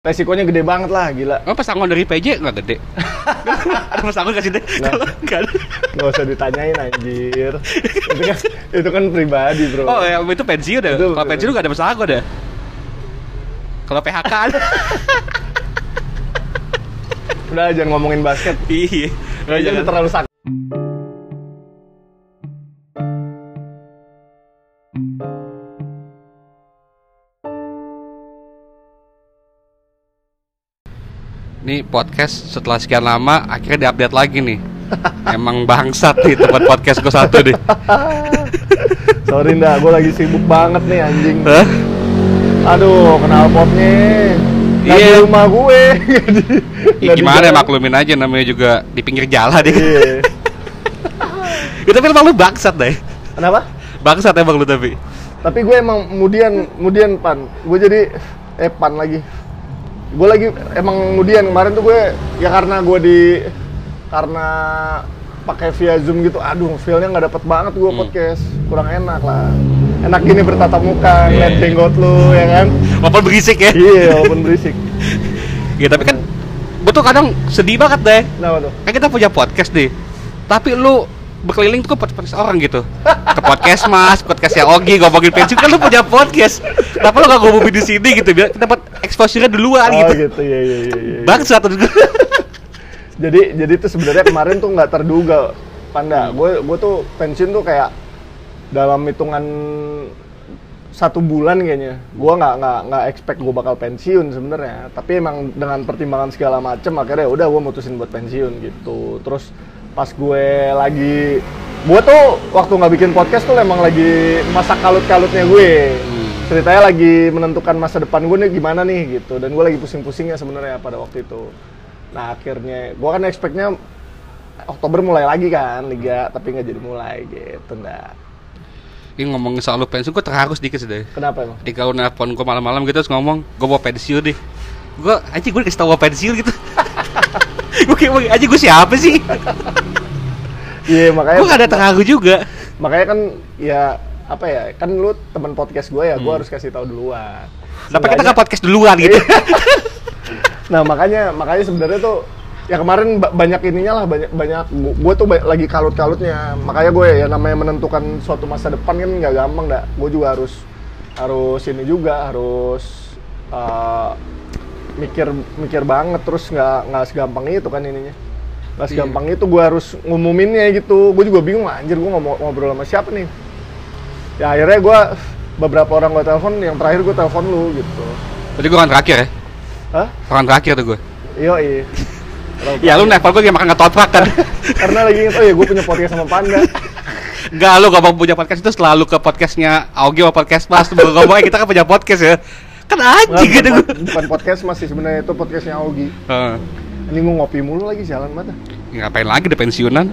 Resikonya gede banget lah, gila. Oh, pesangon dari PJ nggak gede? Ada pesangon nggak sih deh? Kalau nggak ada. Nggak usah ditanyain anjir. itu kan pribadi, bro. Oh ya, itu pensiun deh. Kalau pensiun nggak ada pesangon deh. Kalau PHK ada. Udah, jangan ngomongin basket. Iya. Jangan terlalu sakit. Nih podcast setelah sekian lama akhirnya diupdate lagi nih. Emang bangsat nih tempat podcast gue satu nih. Sorry ndak, gue lagi sibuk banget nih anjing. Hah? Aduh, knalpotnya nggak di rumah gue. Ya, gimana ya, maklumin aja, namanya juga di pinggir jalan deh. Iya. Ya, tapi emang lu bangsat deh. Kenapa? Bangsat emang lu tapi. Tapi gue emang kemudian pan. Gue jadi pan lagi. Gue lagi emang kemudian kemarin tuh gue ya karena pakai via Zoom gitu, aduh feelnya nggak dapet banget gue podcast, kurang enak lah. Enak gini bertatap muka, ngeliat jenggot lu ya kan. Walaupun berisik ya. Iya, walaupun berisik. Ya tapi kan gue tuh kadang sedih banget deh. Kenapa tuh? Kan kita punya podcast nih, tapi lu berkeliling tuh ke podcast orang gitu. Ke podcast Mas, podcastnya Ogi, ngomongin pensiun, kan lu punya podcast. Kenapa lu gak ngomongin di sini gitu, biar kita dapat exposure-nya duluan gitu. Gitu, iya. Bangsat tuh. Jadi tuh sebenarnya kemarin tuh nggak terduga, Panda. Gue tuh pensiun tuh kayak dalam hitungan 1 bulan kayaknya. Gue nggak expect gue bakal pensiun sebenarnya. Tapi emang dengan pertimbangan segala macem akhirnya udah gue mutusin buat pensiun gitu. Terus pas gue tuh waktu nggak bikin podcast tuh emang lagi masa kalut-kalutnya gue. Ceritanya lagi menentukan masa depan gue nih gimana nih gitu. Dan gue lagi pusing-pusingnya sebenarnya pada waktu itu. Nah akhirnya gue kan expect-nya Oktober mulai lagi kan Liga, tapi nggak jadi mulai gitu ndak. Ini ngomongin soal lu pensiun, gue terharu sedikit sih deh. Kenapa emang? Ketika lu nelfon gue malam-malam gitu terus ngomong, gue mau pensiun deh. Gue dikasih tau mau pensiun gitu. Gue kayak gue siapa sih? Iya, makanya gue gak ada terharu juga. Makanya kan ya apa ya, kan lu teman podcast gue ya, gue harus kasih tahu duluan. Tapi kita nggak podcast duluan gitu. Nah makanya sebenarnya tuh ya kemarin banyak ininya lah, banyak gue tuh lagi kalut-kalutnya. Makanya gue ya namanya menentukan suatu masa depan kan nggak gampang dah. Gue juga harus ini juga harus mikir banget, terus nggak segampang itu kan ininya. Nggak segampang itu gue harus ngumuminnya gitu. Gue juga bingung, anjir gue ngobrol sama siapa nih. Ya akhirnya gue beberapa orang gue telepon, yang terakhir gue telepon lu gitu. Berarti gue orang terakhir ya? Hah? Orang terakhir tuh gue? Iya. Ya lu nelfon gue kayak makan ngetoprak kan? Karena lagi inget, oh ya gue punya podcast sama Panda. Enggak, lu gak mau punya podcast itu selalu ke podcastnya Augie sama podcast Mas. Baru ngomongnya kita kan punya podcast ya. Kan anjing gitu gue. Bukan podcast Mas sih sebenarnya, itu podcastnya Augie. Ini gue ngopi mulu lagi, jalan mata. Ya, ngapain lagi, udah pensiunan.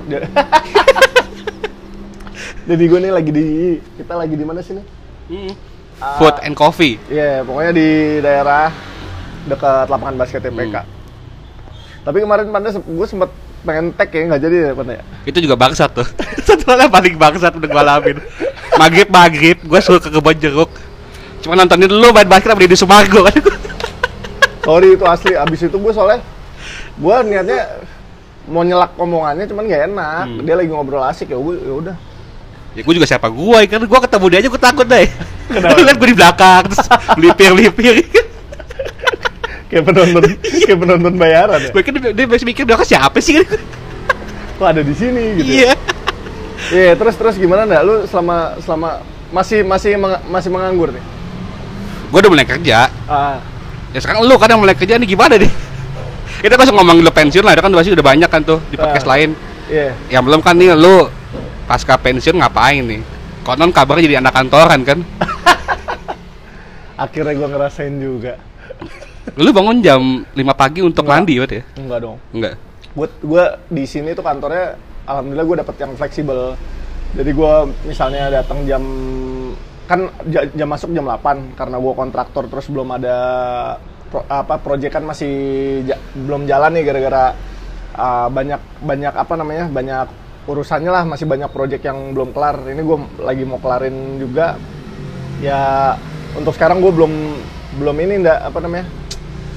Jadi gue nih kita lagi di mana sih nih? Food and Coffee. Iya, pokoknya di daerah dekat lapangan basket TPK. Tapi kemarin Panda gue sempet pengen tag ya, nggak jadi ya Panda ya? Itu juga bangsat tuh. Satu hal yang paling bangsat udah gue alamin. Maghrib gue suruh ke kebun jeruk. Cuma nontonin dulu main basket sama Deddy Sumargo kan. Sorry, itu asli. Abis itu gue soalnya gue niatnya mau nyelak omongannya, cuman nggak enak. Dia lagi ngobrol asik, ya udah. Ya gue juga siapa gue, kan gue ketemu dia aja gue takut deh. Kenapa? Lihat gue di belakang terus lipir. kayak penonton bayaran ya. Mungkin dia masih mikir dia siapa sih? Kok ada di sini gitu. Iya. Iya, terus gimana ndak? Lu selama masih menganggur nih? Gue udah mulai kerja. Ya sekarang lu kan yang mulai kerja nih, gimana nih? Kita kan ngomongin lu pensiun lah, kan pasti udah banyak kan tuh di podcast lain. Iya. Yang belum kan nih lu pasca pensiun ngapain nih? Konon kabarnya jadi anak kantoran kan? Akhirnya gue ngerasain juga. Lu bangun jam 5 pagi untuk mandi berarti ya? Enggak dong. Enggak. Gue di sini tuh kantornya alhamdulillah gue dapet yang fleksibel. Jadi gue misalnya datang jam masuk jam 8 karena gue kontraktor, terus belum ada proyek kan masih belum jalan nih gara-gara banyak urusannya lah, masih banyak proyek yang belum kelar. Ini gue lagi mau kelarin juga. Ya untuk sekarang gue belum ini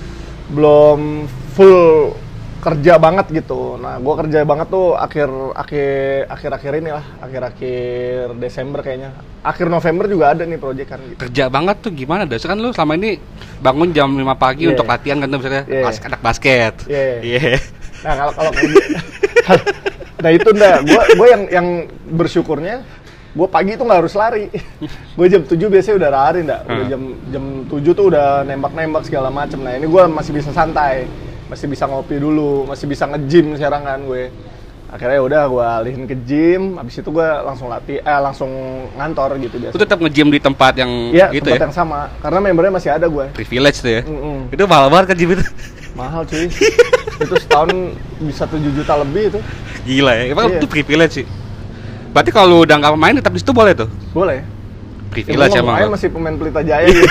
belum full kerja banget gitu. Nah, gue kerja banget tuh akhir-akhir ini lah, akhir-akhir Desember kayaknya. Akhir November juga ada nih proyek kan gitu. Kerja banget tuh gimana? Dasar kan lu selama ini bangun jam 5 pagi untuk latihan kan tuh misalnya anak basket. Nah, kalau kayak gitu, nah itu gue yang bersyukurnya gue pagi tuh nggak harus lari. Gue jam 7 biasanya udah lari udah jam 7 tuh udah nembak segala macem. Nah, ini gue masih bisa santai, masih bisa ngopi dulu, masih bisa nge-gym sekarang kan gue. Akhirnya udah gue alihin ke gym, habis itu gue langsung langsung ngantor gitu biasa. Lu tetap nge-gym di tempat yang gitu tempat ya? yang sama, karena membernya masih ada gue. Privilege tuh ya? Itu mahal banget kan gym itu? Mahal cuy. Itu setahun bisa 7 juta lebih itu. Gila ya, emang itu privilege sih. Berarti kalau udah nggak main tetap di situ boleh tuh? Boleh. Privilege emang. Saya masih pemain Pelita Jaya gitu.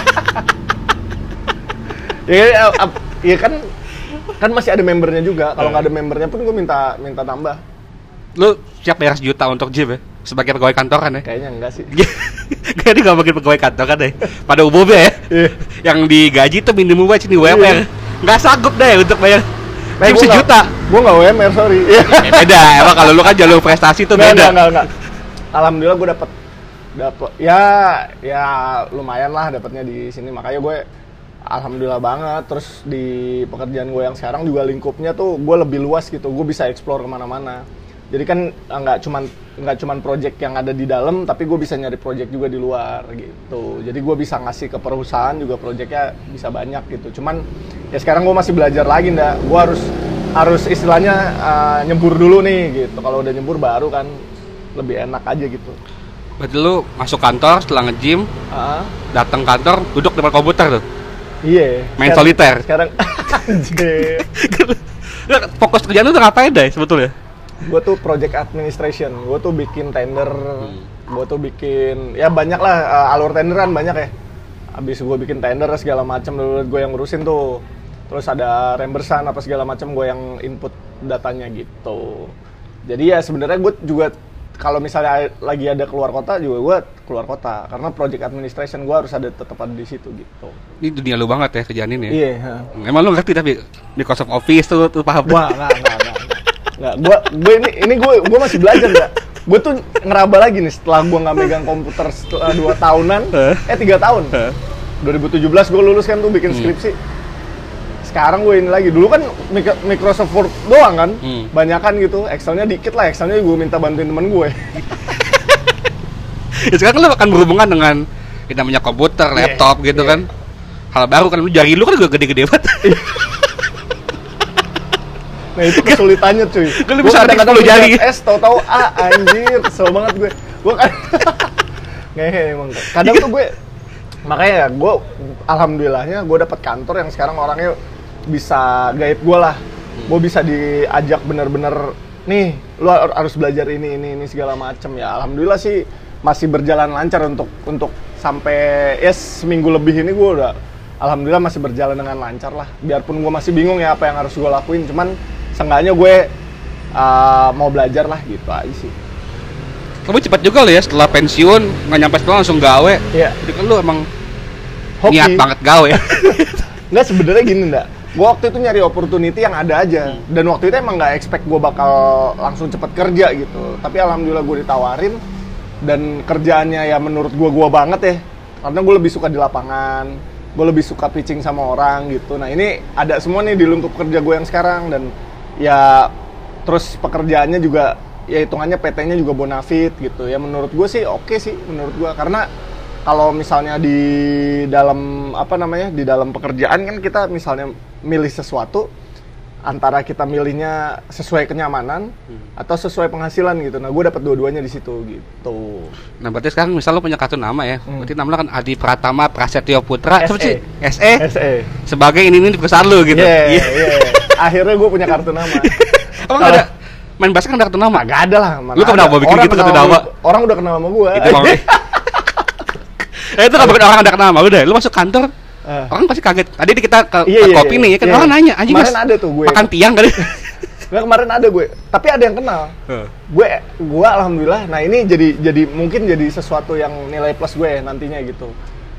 Ya kan masih ada membernya juga. Kalau nggak ada membernya pun gue minta tambah. Lu siap bayar sejuta untuk gym ya? Sebagai pegawai kantoran ya? Kayaknya enggak sih. Kayaknya nggak bagi pegawai kantoran deh. Pada umumnya ya. Yang digaji tuh minimum wage nih UMR. Nggak sanggup deh untuk bayar gym sejuta. Gue nggak UMR, sorry. Beda. Emang kalau lu kan jalur prestasi tuh beda. Enggak. Alhamdulillah gue dapet ya lumayan lah dapatnya di sini. Makanya gue alhamdulillah banget. Terus di pekerjaan gue yang sekarang juga lingkupnya tuh gue lebih luas gitu. Gue bisa explore kemana-mana. Jadi kan nggak cuman project yang ada di dalam, tapi gue bisa nyari project juga di luar gitu. Jadi gue bisa ngasih ke perusahaan juga projectnya bisa banyak gitu. Cuman ya sekarang gue masih belajar lagi gue harus istilahnya nyembur dulu nih gitu. Kalau udah nyembur baru kan lebih enak aja gitu. Berarti lu masuk kantor setelah nge-gym, datang kantor, duduk depan komputer tuh. Iya. Main soliter. Sekarang anjir. Fokus kerjaan lu tuh ngapain deh sebetulnya? Gue tuh project administration, gue tuh bikin tender, gue tuh bikin ya banyak lah alur tenderan banyak ya. Abis gue bikin tender segala macam dulu gue yang ngurusin tuh. Terus ada reimbursan apa segala macam gue yang input datanya gitu. Jadi ya sebenarnya gue juga kalau misalnya lagi ada keluar kota juga gue keluar kota karena project administration gue harus ada tetap ada di situ gitu. Ini dunia lu banget ya kerjaan ini ya? Iya. Emang lu ngerti tapi Microsoft Office tuh paham? Wah nggak. Gue masih belajar nggak. Gue tuh ngeraba lagi nih setelah gue nggak megang komputer setelah 2 tahunan, 3 tahun. 2017 gue lulus kan tuh bikin skripsi. Sekarang gue ini lagi. Dulu kan Microsoft Word doang kan, banyakan gitu. Excelnya dikit lah. Excelnya gue minta bantuin temen gue. Ya sekarang lu akan berhubungan dengan yang namanya komputer, laptop gitu kan. Hal baru kan, lu jari lu kan juga gede-gede banget. Nah itu kesulitannya cuy. Lu bisa kadang-kadang lu jari. Tahu-tahu anjir, kesel banget gue. Gue kan ngehe emang. Kadang tuh gue makanya gue alhamdulillahnya gue dapat kantor yang sekarang orangnya bisa guide gue lah. Gue bisa diajak bener-bener nih, lu harus belajar ini segala macem ya. Alhamdulillah sih masih berjalan lancar untuk sampai seminggu lebih ini gue udah alhamdulillah masih berjalan dengan lancar lah. Biarpun gue masih bingung ya apa yang harus gue lakuin, cuman seenggaknya gue mau belajar lah gitu aja sih. Kamu cepat juga lo ya setelah pensiun nggak nyampe setelah langsung gawe. Iya. Jadi kan lu emang hoki. Niat banget gawe. Nggak sebenarnya gini gue waktu itu nyari opportunity yang ada aja. Dan waktu itu emang nggak expect gue bakal langsung cepet kerja gitu. Tapi alhamdulillah gue ditawarin dan kerjaannya ya menurut gue banget ya. Karena gue lebih suka di lapangan, gue lebih suka pitching sama orang gitu. Nah ini ada semua nih di lingkup kerja gue yang sekarang dan ya terus pekerjaannya juga ya hitungannya PT-nya juga bonafit gitu ya. Menurut gue sih oke sih menurut gue karena kalau misalnya di dalam di dalam pekerjaan kan kita misalnya milih sesuatu antara kita milihnya sesuai kenyamanan atau sesuai penghasilan gitu. Nah, gue dapat dua-duanya di situ gitu. Nah, berarti sekarang misal lo punya kartu nama ya. Berarti nama lo kan Adi Pratama Prasetyo Putra. Apa sih? SE. Sebagai ini di perusahaan lo gitu. Iya. Akhirnya gue punya kartu nama. Emang nggak ada main basket kan ada kartu nama? Gak ada lah. Lu kenapa bikin gitu kartu nama? Orang udah kenal sama gue. Itu itu kalau orang ada kenal sama lu deh. Lu masuk kantor orang pasti kaget. Tadi kita ke kopi nih ya kan orang nanya, anjing Mas. Kemarin ada tuh gue. Makan tiang kali. Nggak, kemarin ada gue. Tapi ada yang kenal. Gue alhamdulillah. Nah, ini jadi mungkin jadi sesuatu yang nilai plus gue nantinya gitu.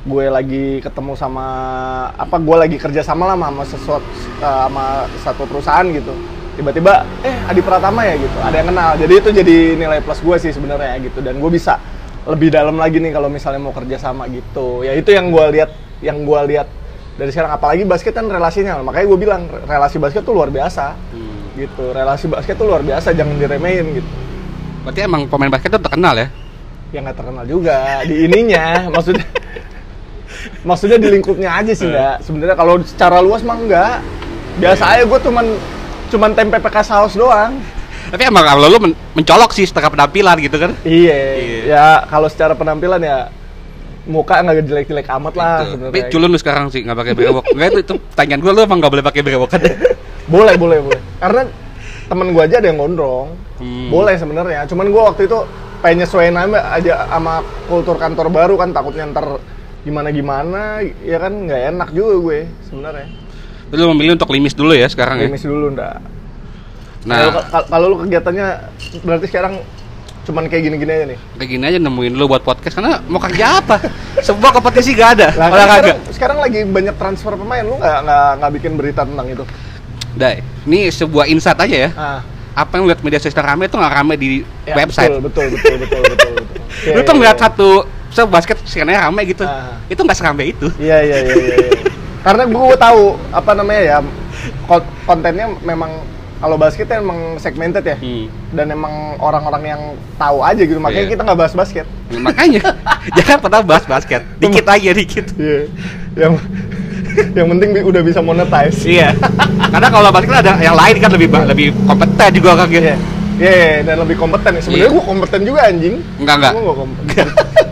gue lagi ketemu sama gue lagi kerja sama lah sama sesuatu sama satu perusahaan gitu, tiba-tiba Adi Pratama ya gitu, ada yang kenal, jadi itu jadi nilai plus gue sih sebenarnya gitu, dan gue bisa lebih dalam lagi nih kalau misalnya mau kerja sama gitu. Ya itu yang gue lihat dari sekarang, apalagi basket kan relasinya, makanya gue bilang relasi basket tuh luar biasa gitu, relasi basket tuh luar biasa, jangan diremehin gitu. Berarti emang pemain basket tuh terkenal ya? Ya nggak terkenal juga di ininya, maksudnya di lingkupnya aja sih nggak. Sebenarnya kalau secara luas mah enggak. Biasa aja gue cuman tempe PK saus doang. Tapi emang kalau lu mencolok sih setelah penampilan gitu kan? Iya. Ya kalau secara penampilan ya muka nggak jelek-jelek amat lah sebenarnya. Tapi culun lu sekarang sih nggak pakai brewok. Enggak, itu pertanyaan gue, lu emang nggak boleh pakai brewok kan? Boleh. Karena temen gue aja ada yang gondrong. Boleh sebenarnya. Cuman gue waktu itu pengen nyesuaiin aja sama kultur kantor baru kan, takutnya ntar gimana ya kan, nggak enak juga gue sebenarnya. Lu memilih untuk limis dulu ya sekarang ya? Limis dulu ndak. Nah, kalau lu kegiatannya berarti sekarang cuman kayak gini-gini aja nih? Kayak gini aja nemuin lu buat podcast, karena mau kerja apa? Sebuah kompetisi gak ada, nah, olahraga. Sekarang lagi banyak transfer pemain, lu nggak bikin berita tentang itu? Dai, ini sebuah insight aja ya. Apa yang lihat media sosial rame itu nggak rame di website. Betul. Lu tuh ngeliat satu basket skenanya rame gitu, itu nggak serame itu. Iya. Karena gue tahu ya kontennya memang kalau basket emang segmented ya, dan emang orang-orang yang tahu aja gitu, makanya kita nggak bahas basket. Makanya jangan pernah bahas basket, dikit. Iya. Yang penting udah bisa monetize. Iya. Karena kalau basket ada yang lain kan lebih kompeten juga kan gitu. Iya, dan lebih kompeten. Sebenarnya gue kompeten juga anjing. Enggak. Gue nggak kompeten.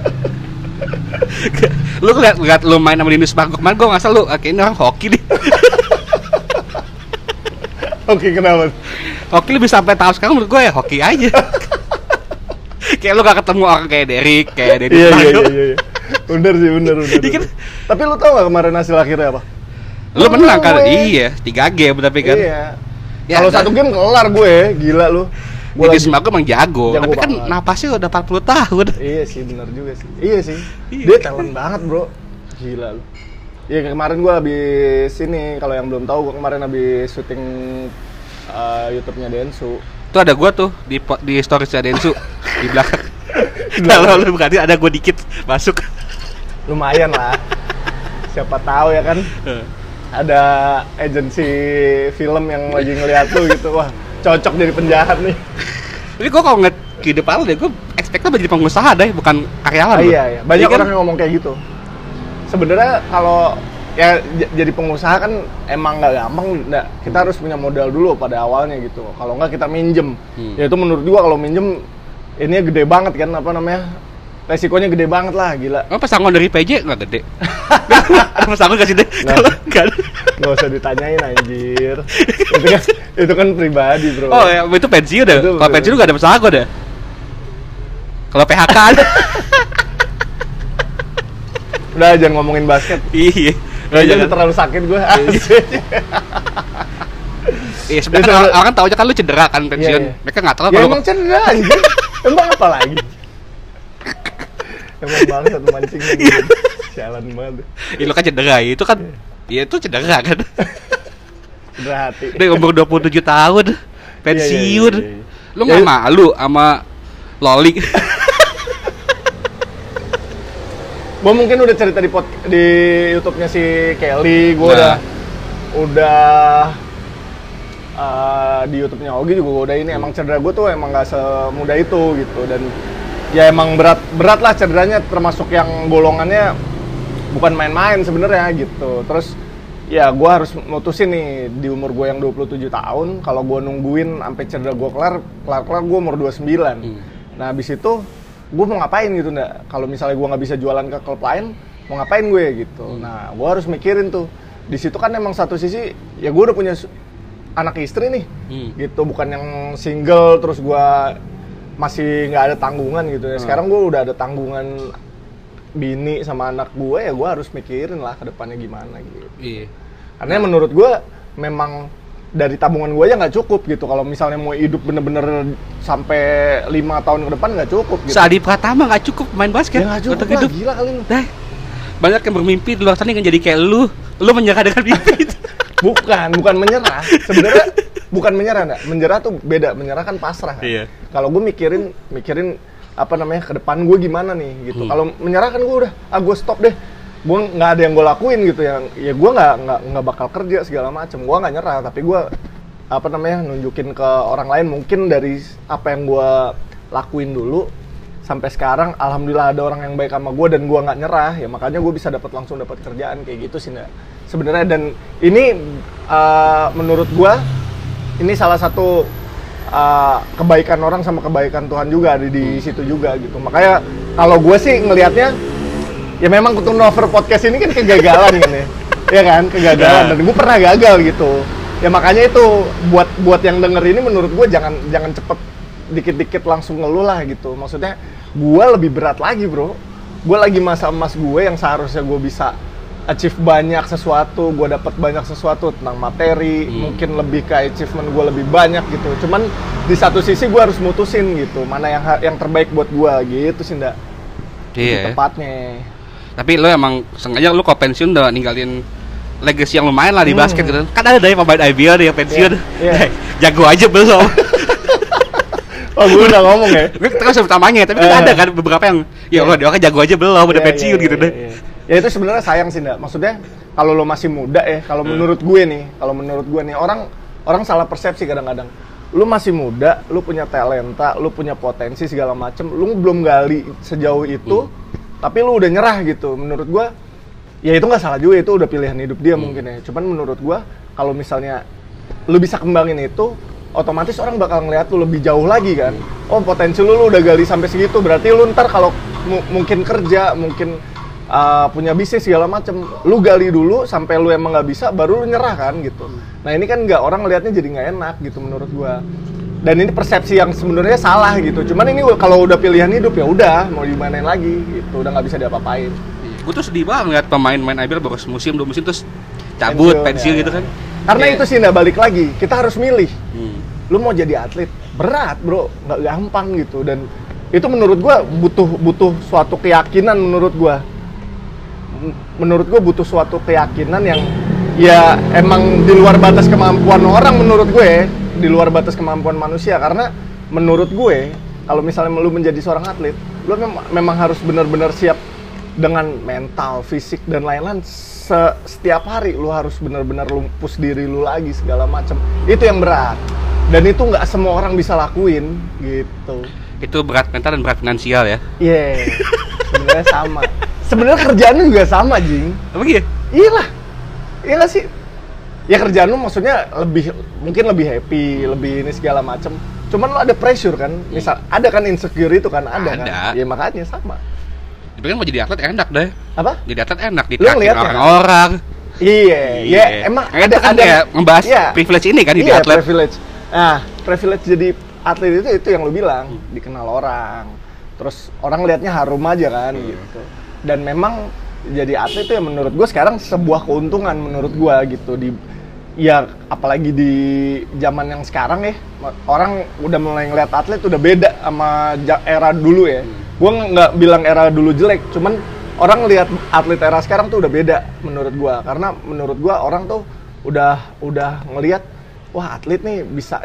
Lu lihat lu main sama Linus Bangkok, gue nggak salah lu kayaknya orang hoki nih. Hoki kenapa? Hoki lebih sampai tahun sekarang menurut gue ya hoki aja. Kayak lu gak ketemu orang kayak Derek, kayak Denny. Iya. Bener. Tapi lu tau gak kemarin hasil akhirnya apa? Lu menang kan? Iya, 3 game tapi kan. Iya. Kalau satu game kelar gue, gila lu. Linus Bangkok emang jago tapi kan banget. Napasnya udah 40 tahun. Iya sih, bener juga sih. Iya sih. Dia talent banget, bro. Gila lu. Iya, kemarin gue habis ini, kalau yang belum tahu, gue kemarin habis syuting YouTube-nya Densu. Tuh ada gue tuh di stories-nya Densu di belakang. Kalau lu berarti ada gue dikit masuk. Lumayan lah. Siapa tahu ya kan. Ada agensi film yang lagi ngeliat lu gitu, wah cocok jadi penjahat nih. Tapi gue kalau ngeliat kehidupan lu deh, gue expect-nya jadi pengusaha deh, bukan karyawan. Iya. Banyak orang yang ngomong kayak gitu. Sebenarnya kalau ya jadi pengusaha kan emang nggak gampang, kita harus punya modal dulu pada awalnya gitu. Kalau nggak kita minjem, ya itu menurut gua kalau minjem ini gede banget kan, resikonya gede banget lah, gila. Pesangon dari PJ nggak gede? Pesangon kasih deh? Nggak usah ditanyain anjir. itu kan pribadi bro. Oh ya, itu pensiun deh. Kalau pensiun nggak ada pesangon deh. Kalau PHK ada. Udah jangan ngomongin basket. Iya. Jangan terlalu sakit gue. Iya, sebenarnya orang tahu aja kan lu cedera kan pensiun. Iya. Mereka nggak tahu ya, emang cedera aja. Emang apa lagi? Emang banget satu mancingnya gitu. Sialan banget. Iya, lu kan cedera, itu kan iya itu cedera kan. Cedera hati. Udah umur 27 tahun pensiun. Iya. Lu nggak malu sama Loli? Gue mungkin udah cerita di YouTube-nya si Kelly, gue udah di YouTube-nya Ogi juga gue udah ini. Emang cedera gue tuh emang nggak semudah itu gitu, dan ya emang berat lah cederanya, termasuk yang golongannya bukan main-main sebenarnya gitu. Terus ya gue harus mutusin nih di umur gue yang 27 tahun, kalau gue nungguin sampai cedera gue kelar gue umur 29. Nah habis itu gue mau ngapain gitu kalau misalnya gue nggak bisa jualan ke klub lain, mau ngapain gue gitu. Nah gue harus mikirin tuh, di situ kan emang satu sisi ya gue udah punya anak istri nih gitu, bukan yang single terus gue masih nggak ada tanggungan gitu ya. Sekarang gue udah ada tanggungan bini sama anak gue, ya gue harus mikirin lah ke depannya gimana gitu. Iya. Karena menurut gue memang dari tabungan gue aja nggak cukup gitu. Kalau misalnya mau hidup bener-bener sampai 5 tahun ke depan nggak cukup gitu. Adi Pratama nggak cukup main basket. Ya nggak cukup lah, gila kali lu. banyak yang bermimpi di luar sana yang jadi kayak lu menyerah dengan mimpi itu. Bukan menyerah. Sebenarnya bukan menyerah, enggak. Menyerah tuh beda. Menyerah kan pasrah kan. Iya. Kalau gue mikirin apa namanya ke depan gue gimana nih gitu. Kalau menyerah kan gue udah gue stop deh. Gue nggak ada yang gue lakuin gitu ya gue nggak bakal kerja segala macem. Gue nggak nyerah, tapi gue apa namanya nunjukin ke orang lain mungkin dari apa yang gue lakuin dulu sampai sekarang alhamdulillah ada orang yang baik sama gue dan gue nggak nyerah ya, makanya gue bisa langsung dapat kerjaan kayak gitu sih sebenarnya. Dan ini menurut gue ini salah satu kebaikan orang sama kebaikan Tuhan juga ada di situ juga gitu. Makanya kalau gue sih ngelihatnya ya memang turnover podcast ini kan kegagalan kan ya kan, kegagalan dan gue pernah gagal gitu. Ya makanya itu buat yang denger ini menurut gue jangan cepet dikit-dikit langsung ngeluh lah gitu. Maksudnya gue lebih berat lagi bro. Gue lagi masa emas gue yang seharusnya gue bisa achieve banyak sesuatu, gue dapat banyak sesuatu tentang materi, mungkin lebih ke achievement gue lebih banyak gitu. Cuman di satu sisi gue harus mutusin gitu, mana yang terbaik buat gue gitu sih ndak. Iya. Tepatnya. Tapi lo emang sengaja lo kalau pensiun udah ninggalin legacy yang lumayan lah di basket gitu. Kan ada dari pemain IBL yang pensiun. Yeah. Jago aja belum. Oh, gue udah ngomong ya. Gue terus utamanya, tapi kan ada kan beberapa yang ya Allah, dia kan jago aja belum udah pensiun gitu deh. Ya itu sebenarnya sayang sih, ndak. Maksudnya kalau lo masih muda ya, kalau menurut gue nih orang salah persepsi kadang-kadang. Lu masih muda, lu punya talenta, lu punya potensi segala macem, lu belum gali sejauh itu, tapi lu udah nyerah gitu. Menurut gue ya itu nggak salah juga, itu udah pilihan hidup dia mungkin ya. Cuman menurut gua kalau misalnya lu bisa kembangin itu, otomatis orang bakal ngeliat lu lebih jauh lagi kan. Oh potensi lu udah gali sampai segitu, berarti lu ntar kalau mungkin kerja, mungkin punya bisnis segala macem, lu gali dulu sampai lu emang nggak bisa, baru lu nyerah kan gitu. Nah ini kan nggak, orang ngeliatnya jadi nggak enak gitu menurut gua. Dan ini persepsi yang sebenarnya salah gitu. Cuman ini kalau udah pilihan hidup ya udah mau dimanain lagi gitu, udah nggak bisa diapa-apain. Gue tuh sedih banget ngeliat pemain-pemain IBL baru semusim, 2 musim terus cabut, pensiun gitu kan. Karena itu sih nggak balik lagi, kita harus milih. Lu mau jadi atlet, berat bro, nggak gampang gitu. Dan itu menurut gua butuh suatu keyakinan menurut gua. Menurut gua butuh suatu keyakinan yang ya emang di luar batas kemampuan orang menurut gue, di luar batas kemampuan manusia. Karena menurut gue, kalau misalnya lu menjadi seorang atlet, lu memang harus benar-benar siap dengan mental, fisik dan lain-lain. Setiap hari lu harus benar-benar push diri lu lagi segala macam. Itu yang berat. Dan itu nggak semua orang bisa lakuin gitu. Itu berat mental dan berat finansial ya. Iya. Yeah. Sebenarnya sama. Sebenarnya kerjaannya juga sama, Jing. Apa gitu? Iyalah. Iya nggak sih? Ya kerjaan lu maksudnya mungkin lebih happy, lebih ini segala macam. Cuman lu ada pressure kan? Misal ada kan insecure itu kan ada. Kan? Ya makanya sama. Tapi kan mau jadi atlet enak deh. Apa? Jadi atlet enak, ditraktir orang-orang. Iya, ya emang ada kayak membahas privilege ini kan jadi atlet. Privilege. Nah, privilege jadi atlet itu yang lu bilang, dikenal orang. Terus orang liatnya harum aja kan gitu. Dan memang jadi atlet itu ya menurut gue sekarang sebuah keuntungan menurut gue gitu. Ya apalagi di zaman yang sekarang ya, orang udah mulai ngeliat atlet udah beda sama era dulu ya. Gue nggak bilang era dulu jelek, cuman orang lihat atlet era sekarang tuh udah beda menurut gue. Karena menurut gue orang tuh udah ngelihat, wah atlet nih bisa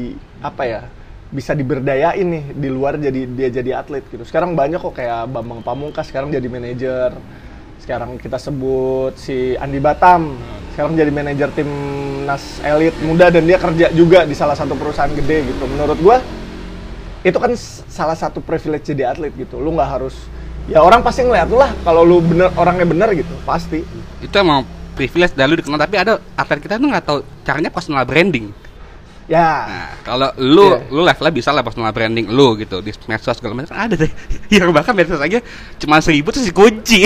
bisa diberdayain nih di luar dia jadi atlet gitu. Sekarang banyak kok kayak Bambang Pamungkas sekarang jadi manajer. Sekarang kita sebut si Andi Batam, sekarang jadi manajer timnas elit muda dan dia kerja juga di salah satu perusahaan gede gitu. Menurut gua itu kan salah satu privilege jadi atlet gitu. Lu nggak harus, ya orang pasti ngeliat lu lah kalau lu orangnya bener gitu, pasti. Itu emang privilege dari lu dikenal, tapi ada atlet kita tuh nggak tahu caranya personal branding. Ya. Nah, kalau lu levelnya bisa lah personal branding lu gitu di medsos segala macam ada deh. Yang bahkan medsos aja cuma 1.000 terus dikunci.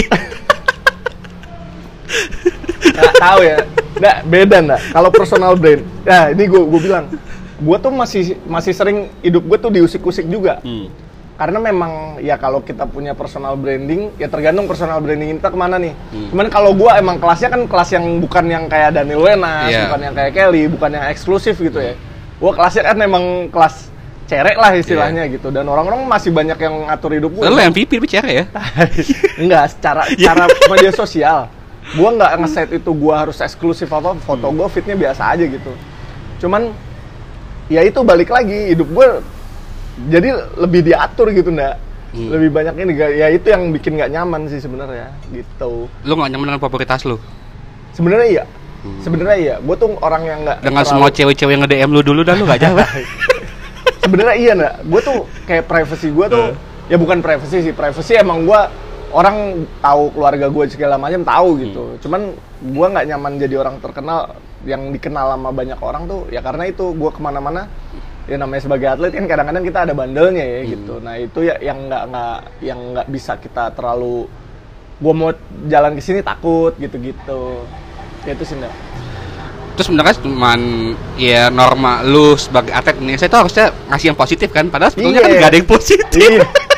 Nggak tahu ya, nggak beda nggak. Kalau personal brand, nah ini gue bilang, gue tuh masih sering hidup gue tuh diusik-usik juga. Karena memang ya kalau kita punya personal branding, ya tergantung personal branding kita kemana nih. Cuman kalau gue emang kelasnya kan kelas yang bukan yang kayak Daniel Wenas, bukan yang kayak Kelly, bukan yang eksklusif gitu ya. Gue kelasnya kan memang kelas cerek lah istilahnya gitu, dan orang-orang masih banyak yang ngatur hidup gue. Lu MVP tapi cere ya? Enggak, secara media sosial gue nggak nge-set itu gue harus eksklusif apa, foto gue fitnya biasa aja gitu. Cuman ya itu balik lagi, hidup gue jadi lebih diatur gitu, ndak lebih banyak ini, ya itu yang bikin nggak nyaman sih sebenarnya gitu. Lu nggak nyaman dengan popularitas lu? Sebenarnya iya. Sebenarnya iya, gue tuh orang yang nggak dengan semua cewek-cewek yang nge-DM lu dulu dan lu nggak jawab. Sebenarnya iya nggak, gue tuh kayak privacy gue tuh ya bukan privacy sih, privacy emang gue orang tahu keluarga gue segala macam tahu gitu. Cuman gue nggak nyaman jadi orang terkenal yang dikenal sama banyak orang tuh ya karena itu gue kemana-mana ya namanya sebagai atlet kan kadang-kadang kita ada bandelnya ya gitu. Nah itu ya yang nggak bisa kita terlalu, gue mau jalan ke sini takut gitu-gitu. Ya itu sih enggak. Terus sebenarnya cuman ya norma lu sebagai atlet ini saya tuh harusnya ngasih yang positif kan, padahal sebetulnya kan nggak ada yang positif.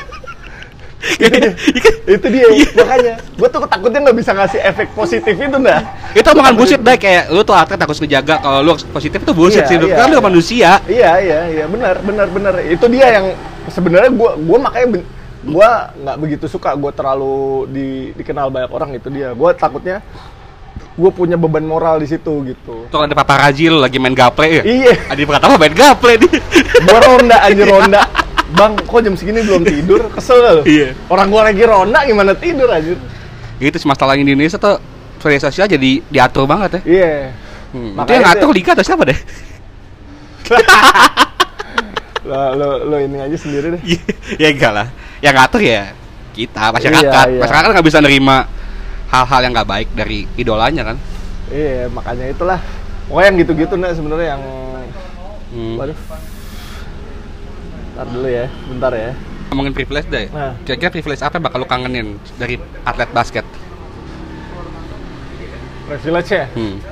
Itu dia makanya gue tuh takutnya nggak bisa ngasih efek positif itu dah. Itu omongan bullshit deh, kayak lu tuh atlet harus ngejaga, kalau lu positif itu bullshit sih, kan lu manusia. Iya benar itu dia yang sebenarnya gue makanya gue nggak begitu suka gue terlalu dikenal banyak orang. Itu dia, gue takutnya gue punya beban moral di situ gitu. Tuh ada paparazi lu lagi main gaple ya? Iya. Adi Pratama main gaple nih. Gue ronda. Bang, kok jam segini belum tidur? Kesel gak lu? Iya. Orang gue lagi ronda gimana tidur anjir? Itu masalah di Indonesia tuh media sosial jadi diatur banget ya. Iya. Itu yang ngatur liga atau siapa deh? lo ini aja sendiri deh. Ya enggak lah. Yang ngatur ya kita, masyarakat. Iya. Masyarakat nggak bisa nerima hal-hal yang nggak baik dari idolanya kan. Iya, makanya itulah. Pokoknya yang gitu-gitu nih sebenarnya yang waduh. Bentar dulu ya, bentar ya. Ngomongin privilege deh. Nah. Kira-kira privilege apa yang bakal lu kangenin dari atlet basket? Privilege ya?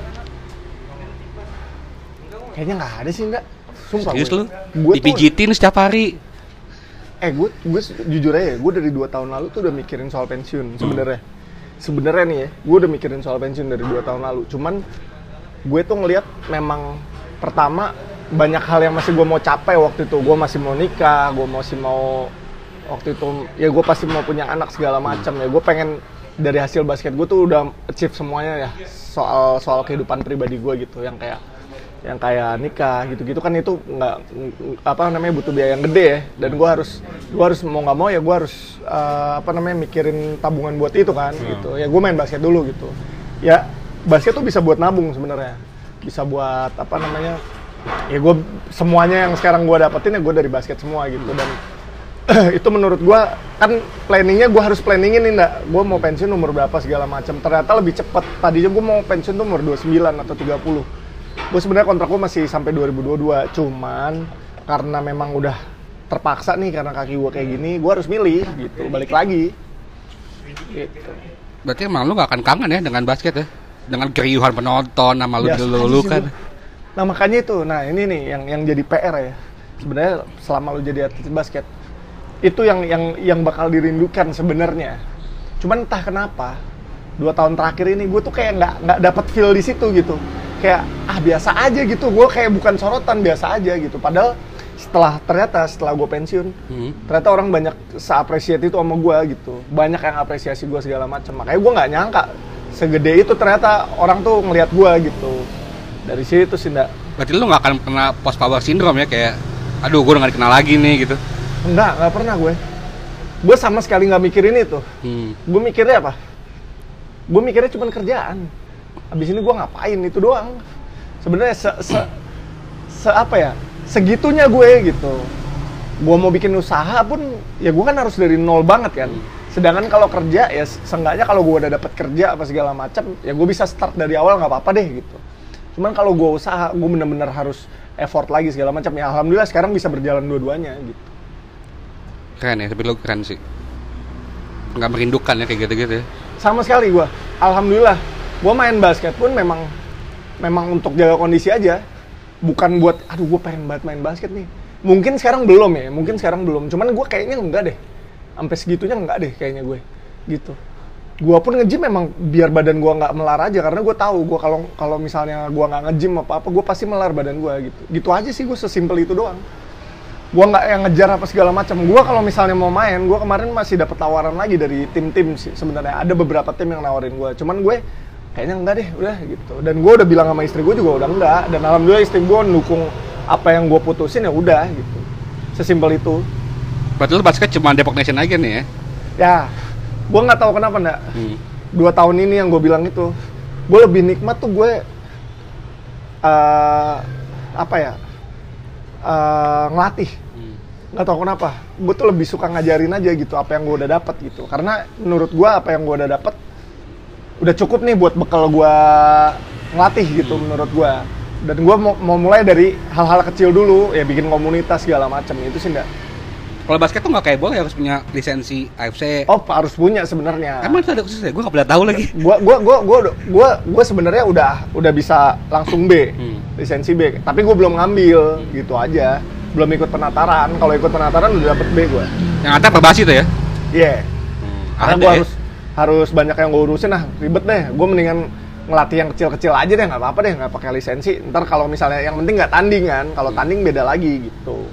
Kayaknya nggak ada sih, enggak. Sumpah. Serius lu? Gue dipijitin setiap hari. Gue jujur aja, gue dari 2 tahun lalu tuh udah mikirin soal pensiun sebenarnya. Sebenarnya nih ya, gue udah mikirin soal pensiun dari 2 tahun lalu. Cuman gue tuh ngelihat memang pertama banyak hal yang masih gue mau capai waktu itu. Gue masih mau nikah, gue masih mau waktu itu ya gue pasti mau punya anak segala macam ya. Gue pengen dari hasil basket gue tuh udah achieve semuanya ya, soal kehidupan pribadi gue gitu, yang kayak nikah gitu-gitu kan itu nggak butuh biaya yang gede ya, dan gue harus mau nggak mau ya gue harus mikirin tabungan buat itu kan gitu ya. Gue main basket dulu gitu ya, basket tuh bisa buat nabung sebenarnya, bisa buat ya gue semuanya yang sekarang gue dapetin ya gue dari basket semua gitu. Dan itu menurut gue kan planningnya gue harus planningin nih, nggak gue mau pensiun umur berapa segala macam. Ternyata lebih cepet, tadinya gue mau pensiun tuh umur 29 atau 30. Gue sebenarnya kontrak gue masih sampai 2022, cuman karena memang udah terpaksa nih karena kaki gue kayak gini, gue harus milih gitu, balik lagi gitu. Berarti emang lu gak akan kangen ya dengan basket ya? Dengan keriuhan penonton sama lu kan? Nah makanya itu, ini nih yang jadi PR ya sebenarnya selama lu jadi atlet basket. Itu yang bakal dirindukan sebenarnya. Cuman entah kenapa 2 tahun terakhir ini gue tuh kayak nggak dapat feel di situ gitu. Kayak biasa aja gitu, gue kayak bukan sorotan, biasa aja gitu. Padahal setelah gue pensiun, ternyata orang banyak se-appreciate itu sama gue gitu. Banyak yang apresiasi gue segala macam. Makanya gue nggak nyangka segede itu ternyata orang tuh ngelihat gue gitu. Dari situ sih enggak. Berarti lu nggak akan kena post power syndrome ya, kayak aduh gue udah nggak dikenal lagi nih gitu? Nggak pernah gue. Gue sama sekali nggak mikirin itu. Gue mikirnya apa? Gue mikirnya cuma kerjaan. Abis ini gue ngapain, itu doang. Sebenarnya segitunya gue gitu. Gue mau bikin usaha pun ya gue kan harus dari nol banget kan. Sedangkan kalau kerja ya seenggaknya kalau gue udah dapat kerja apa segala macam ya gue bisa start dari awal, nggak apa-apa deh gitu. Cuman kalau gue usaha gue bener-bener harus effort lagi segala macam ya. Alhamdulillah sekarang bisa berjalan dua-duanya gitu. Keren ya, tapi lu keren sih. Nggak merindukan ya kayak gitu-gitu ya? Sama sekali gue. Alhamdulillah. Gue main basket pun memang untuk jaga kondisi aja. Bukan buat, gue pengen banget main basket nih. Mungkin sekarang belum ya, Cuman gue kayaknya enggak deh. Sampai segitunya enggak deh kayaknya gue. Gitu. Gue pun nge-gym memang biar badan gue nggak melar aja. Karena gue tahu gue kalau misalnya gue nggak nge-gym apa-apa, gue pasti melar badan gue gitu. Gitu aja sih, gue sesimpel itu doang. Gua nggak yang ngejar apa segala macam. Gua kalau misalnya mau main, gua kemarin masih dapat tawaran lagi dari tim-tim sih sebenarnya. Ada beberapa tim yang nawarin gua. Cuman gue kayaknya enggak deh, udah gitu. Dan gua udah bilang sama istri gua juga udah enggak. Dan alhamdulillah istri gua dukung apa yang gua putusin, ya udah gitu. Sesimpel itu. Berarti lu basket cuma Depok Nation aja nih ya? Ya, gua nggak tahu kenapa ndak. 2 tahun ini yang gue bilang itu, gue lebih nikmat tuh gue ngelatih. Nggak tahu kenapa, gue tuh lebih suka ngajarin aja gitu apa yang gue udah dapat gitu. Karena menurut gue apa yang gue udah dapat udah cukup nih buat bekal gue ngelatih gitu menurut gue. Dan gue mau mulai dari hal-hal kecil dulu, ya bikin komunitas segala macam itu sih ndak. Kalau basket tuh nggak kayak bola, harus punya lisensi AFC. Oh, harus punya sebenarnya. Emang itu ada khususnya? Gue nggak pernah tahu lagi. Gue sebenarnya udah bisa langsung B, lisensi B. Tapi gue belum ngambil, gitu aja. Belum ikut penataran. Kalau ikut penataran udah dapet B gue. Yang ada perbasi tuh ya? Iya. Yeah. Karena gue harus banyak yang gue urusin, ribet deh. Gue mendingan ngelatih yang kecil-kecil aja deh, nggak apa-apa deh, nggak pakai lisensi. Ntar kalau misalnya yang penting nggak tanding kan. Kalau tanding beda lagi gitu.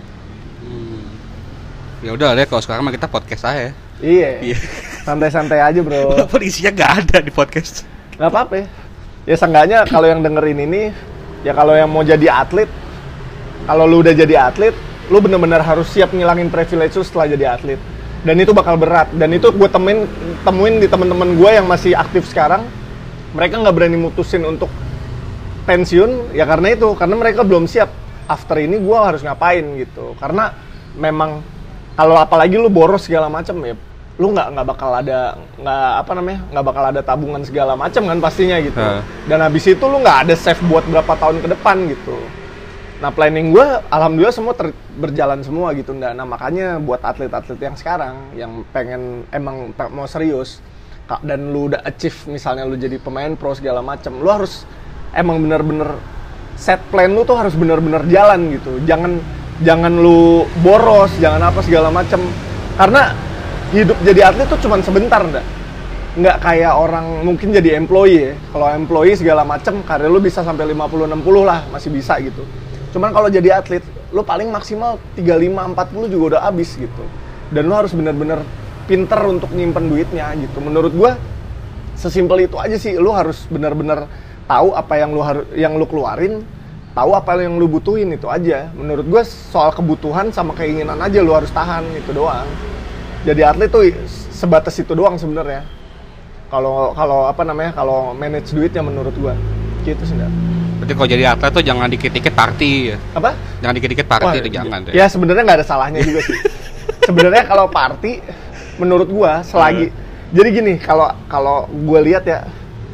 Ya udah deh, kalau sekarang mah kita podcast aja. Iya. Santai-santai aja, bro. Walaupun isinya nggak ada di podcast. Nggak apa-apa. Ya seenggaknya kalau yang dengerin ini, ya kalau yang mau jadi atlet, kalau lu udah jadi atlet, lu bener-bener harus siap ngilangin privilege lu setelah jadi atlet. Dan itu bakal berat. Dan itu gue temuin di teman-teman gue yang masih aktif sekarang. Mereka nggak berani mutusin untuk pensiun, ya karena itu. Karena mereka belum siap. After ini gue harus ngapain gitu. Karena memang kalau apalagi lu boros segala macam, ya lu nggak bakal ada nggak bakal ada tabungan segala macam kan pastinya gitu. Dan habis itu lu nggak ada save buat berapa tahun ke depan gitu. Nah, planning gue alhamdulillah semua berjalan semua gitu. Nah, makanya buat atlet-atlet yang sekarang yang pengen emang mau serius dan lu udah achieve, misalnya lu jadi pemain pro segala macam, lu harus emang bener-bener set plan lu tuh harus bener-bener jalan gitu. Jangan lu boros, jangan apa segala macam. Karena hidup jadi atlet tuh cuman sebentar, nggak kayak orang mungkin jadi employee ya. Kalau employee segala macam, karir lu bisa sampai 50-60 lah, masih bisa gitu. Cuman kalau jadi atlet, lu paling maksimal 35-40 juga udah habis gitu. Dan lu harus bener-bener pinter untuk nyimpen duitnya gitu. Menurut gua, sesimpel itu aja sih. Lu harus bener-bener tahu apa yang lu keluarin, tahu apa yang lu butuhin, itu aja. Menurut gue soal kebutuhan sama keinginan aja lu harus tahan, itu doang. Jadi atlet tuh sebatas itu doang sebenarnya. Kalau manage duitnya menurut gue gitu sih. Berarti kalau jadi atlet tuh jangan dikit-dikit party ya. Apa? Jangan dikit-dikit party itu jangan deh. Ya sebenarnya nggak ada salahnya juga sih. Sebenarnya kalau party menurut gue selagi jadi gini, kalau gue lihat ya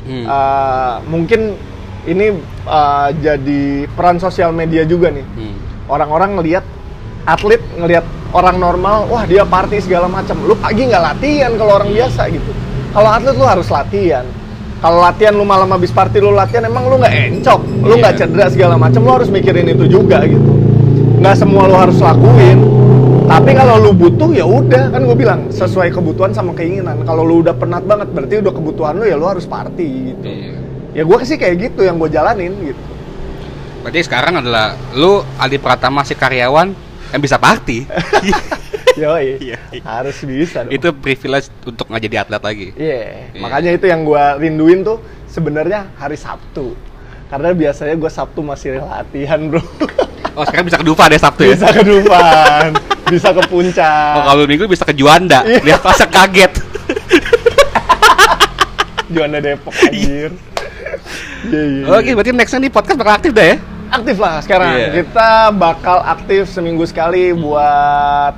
mungkin ini jadi peran sosial media juga nih. Orang-orang ngelihat atlet, ngelihat orang normal, wah dia party segala macam. Lu pagi nggak latihan kalau orang biasa gitu. Kalau atlet lu harus latihan. Kalau latihan lu malam habis party lu latihan, emang lu nggak encok, lu nggak cedera segala macam, lu harus mikirin itu juga gitu. Nggak semua lu harus lakuin. Tapi kalau lu butuh ya udah, kan gue bilang sesuai kebutuhan sama keinginan. Kalau lu udah penat banget, berarti udah kebutuhan lu, ya lu harus party gitu. Ya gue sih kayak gitu yang gue jalanin gitu. Berarti sekarang adalah lu Aldi Pratama si karyawan yang bisa party. Yoi, harus bisa dong. Itu privilege untuk nggak jadi atlet lagi. Iya, makanya itu yang gue rinduin tuh sebenarnya hari Sabtu. Karena biasanya gue Sabtu masih latihan, bro. Oh, sekarang bisa ke Dufan deh Sabtu ya? Bisa ke Dufan, bisa ke Puncak. Oh, kalau Minggu bisa ke Juanda, lihat pas kaget. Juanda Depok, anjir. Oke, berarti nextnya nih podcast bakal aktif dah ya? Aktif lah sekarang. Kita bakal aktif seminggu sekali buat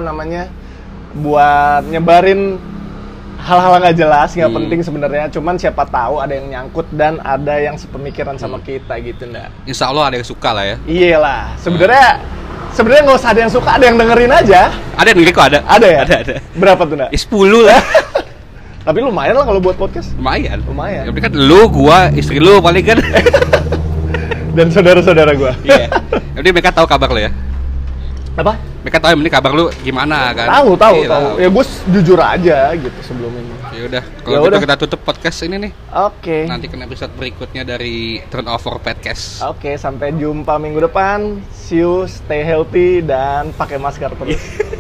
buat nyebarin hal-hal nggak jelas, nggak penting sebenarnya. Cuman siapa tahu ada yang nyangkut dan ada yang sepemikiran sama kita gitu, ndak? Insya Allah ada yang suka lah ya. Iyalah, sebenarnya nggak usah ada yang suka, ada yang dengerin aja. Ada yang dengerin kok, ada. Ada ya? Ada. Berapa tuh, ndak? 10 lah. Tapi lumayan lah kalau buat podcast. Lumayan. Yang penting kan lu, gua, istri lu paling kan. Dan saudara-saudara gua. Iya. Jadi mereka tahu kabar lo ya. Apa? Mereka tahu yang penting kabar lu gimana kan? Tahu. Iya, Ya gue jujur aja gitu sebelum ini. Ya udah, kalau gitu kita tutup podcast ini nih. Oke. Nanti kan episode berikutnya dari Turnover Podcast. Oke, sampai jumpa minggu depan. See you, stay healthy dan pakai masker terus.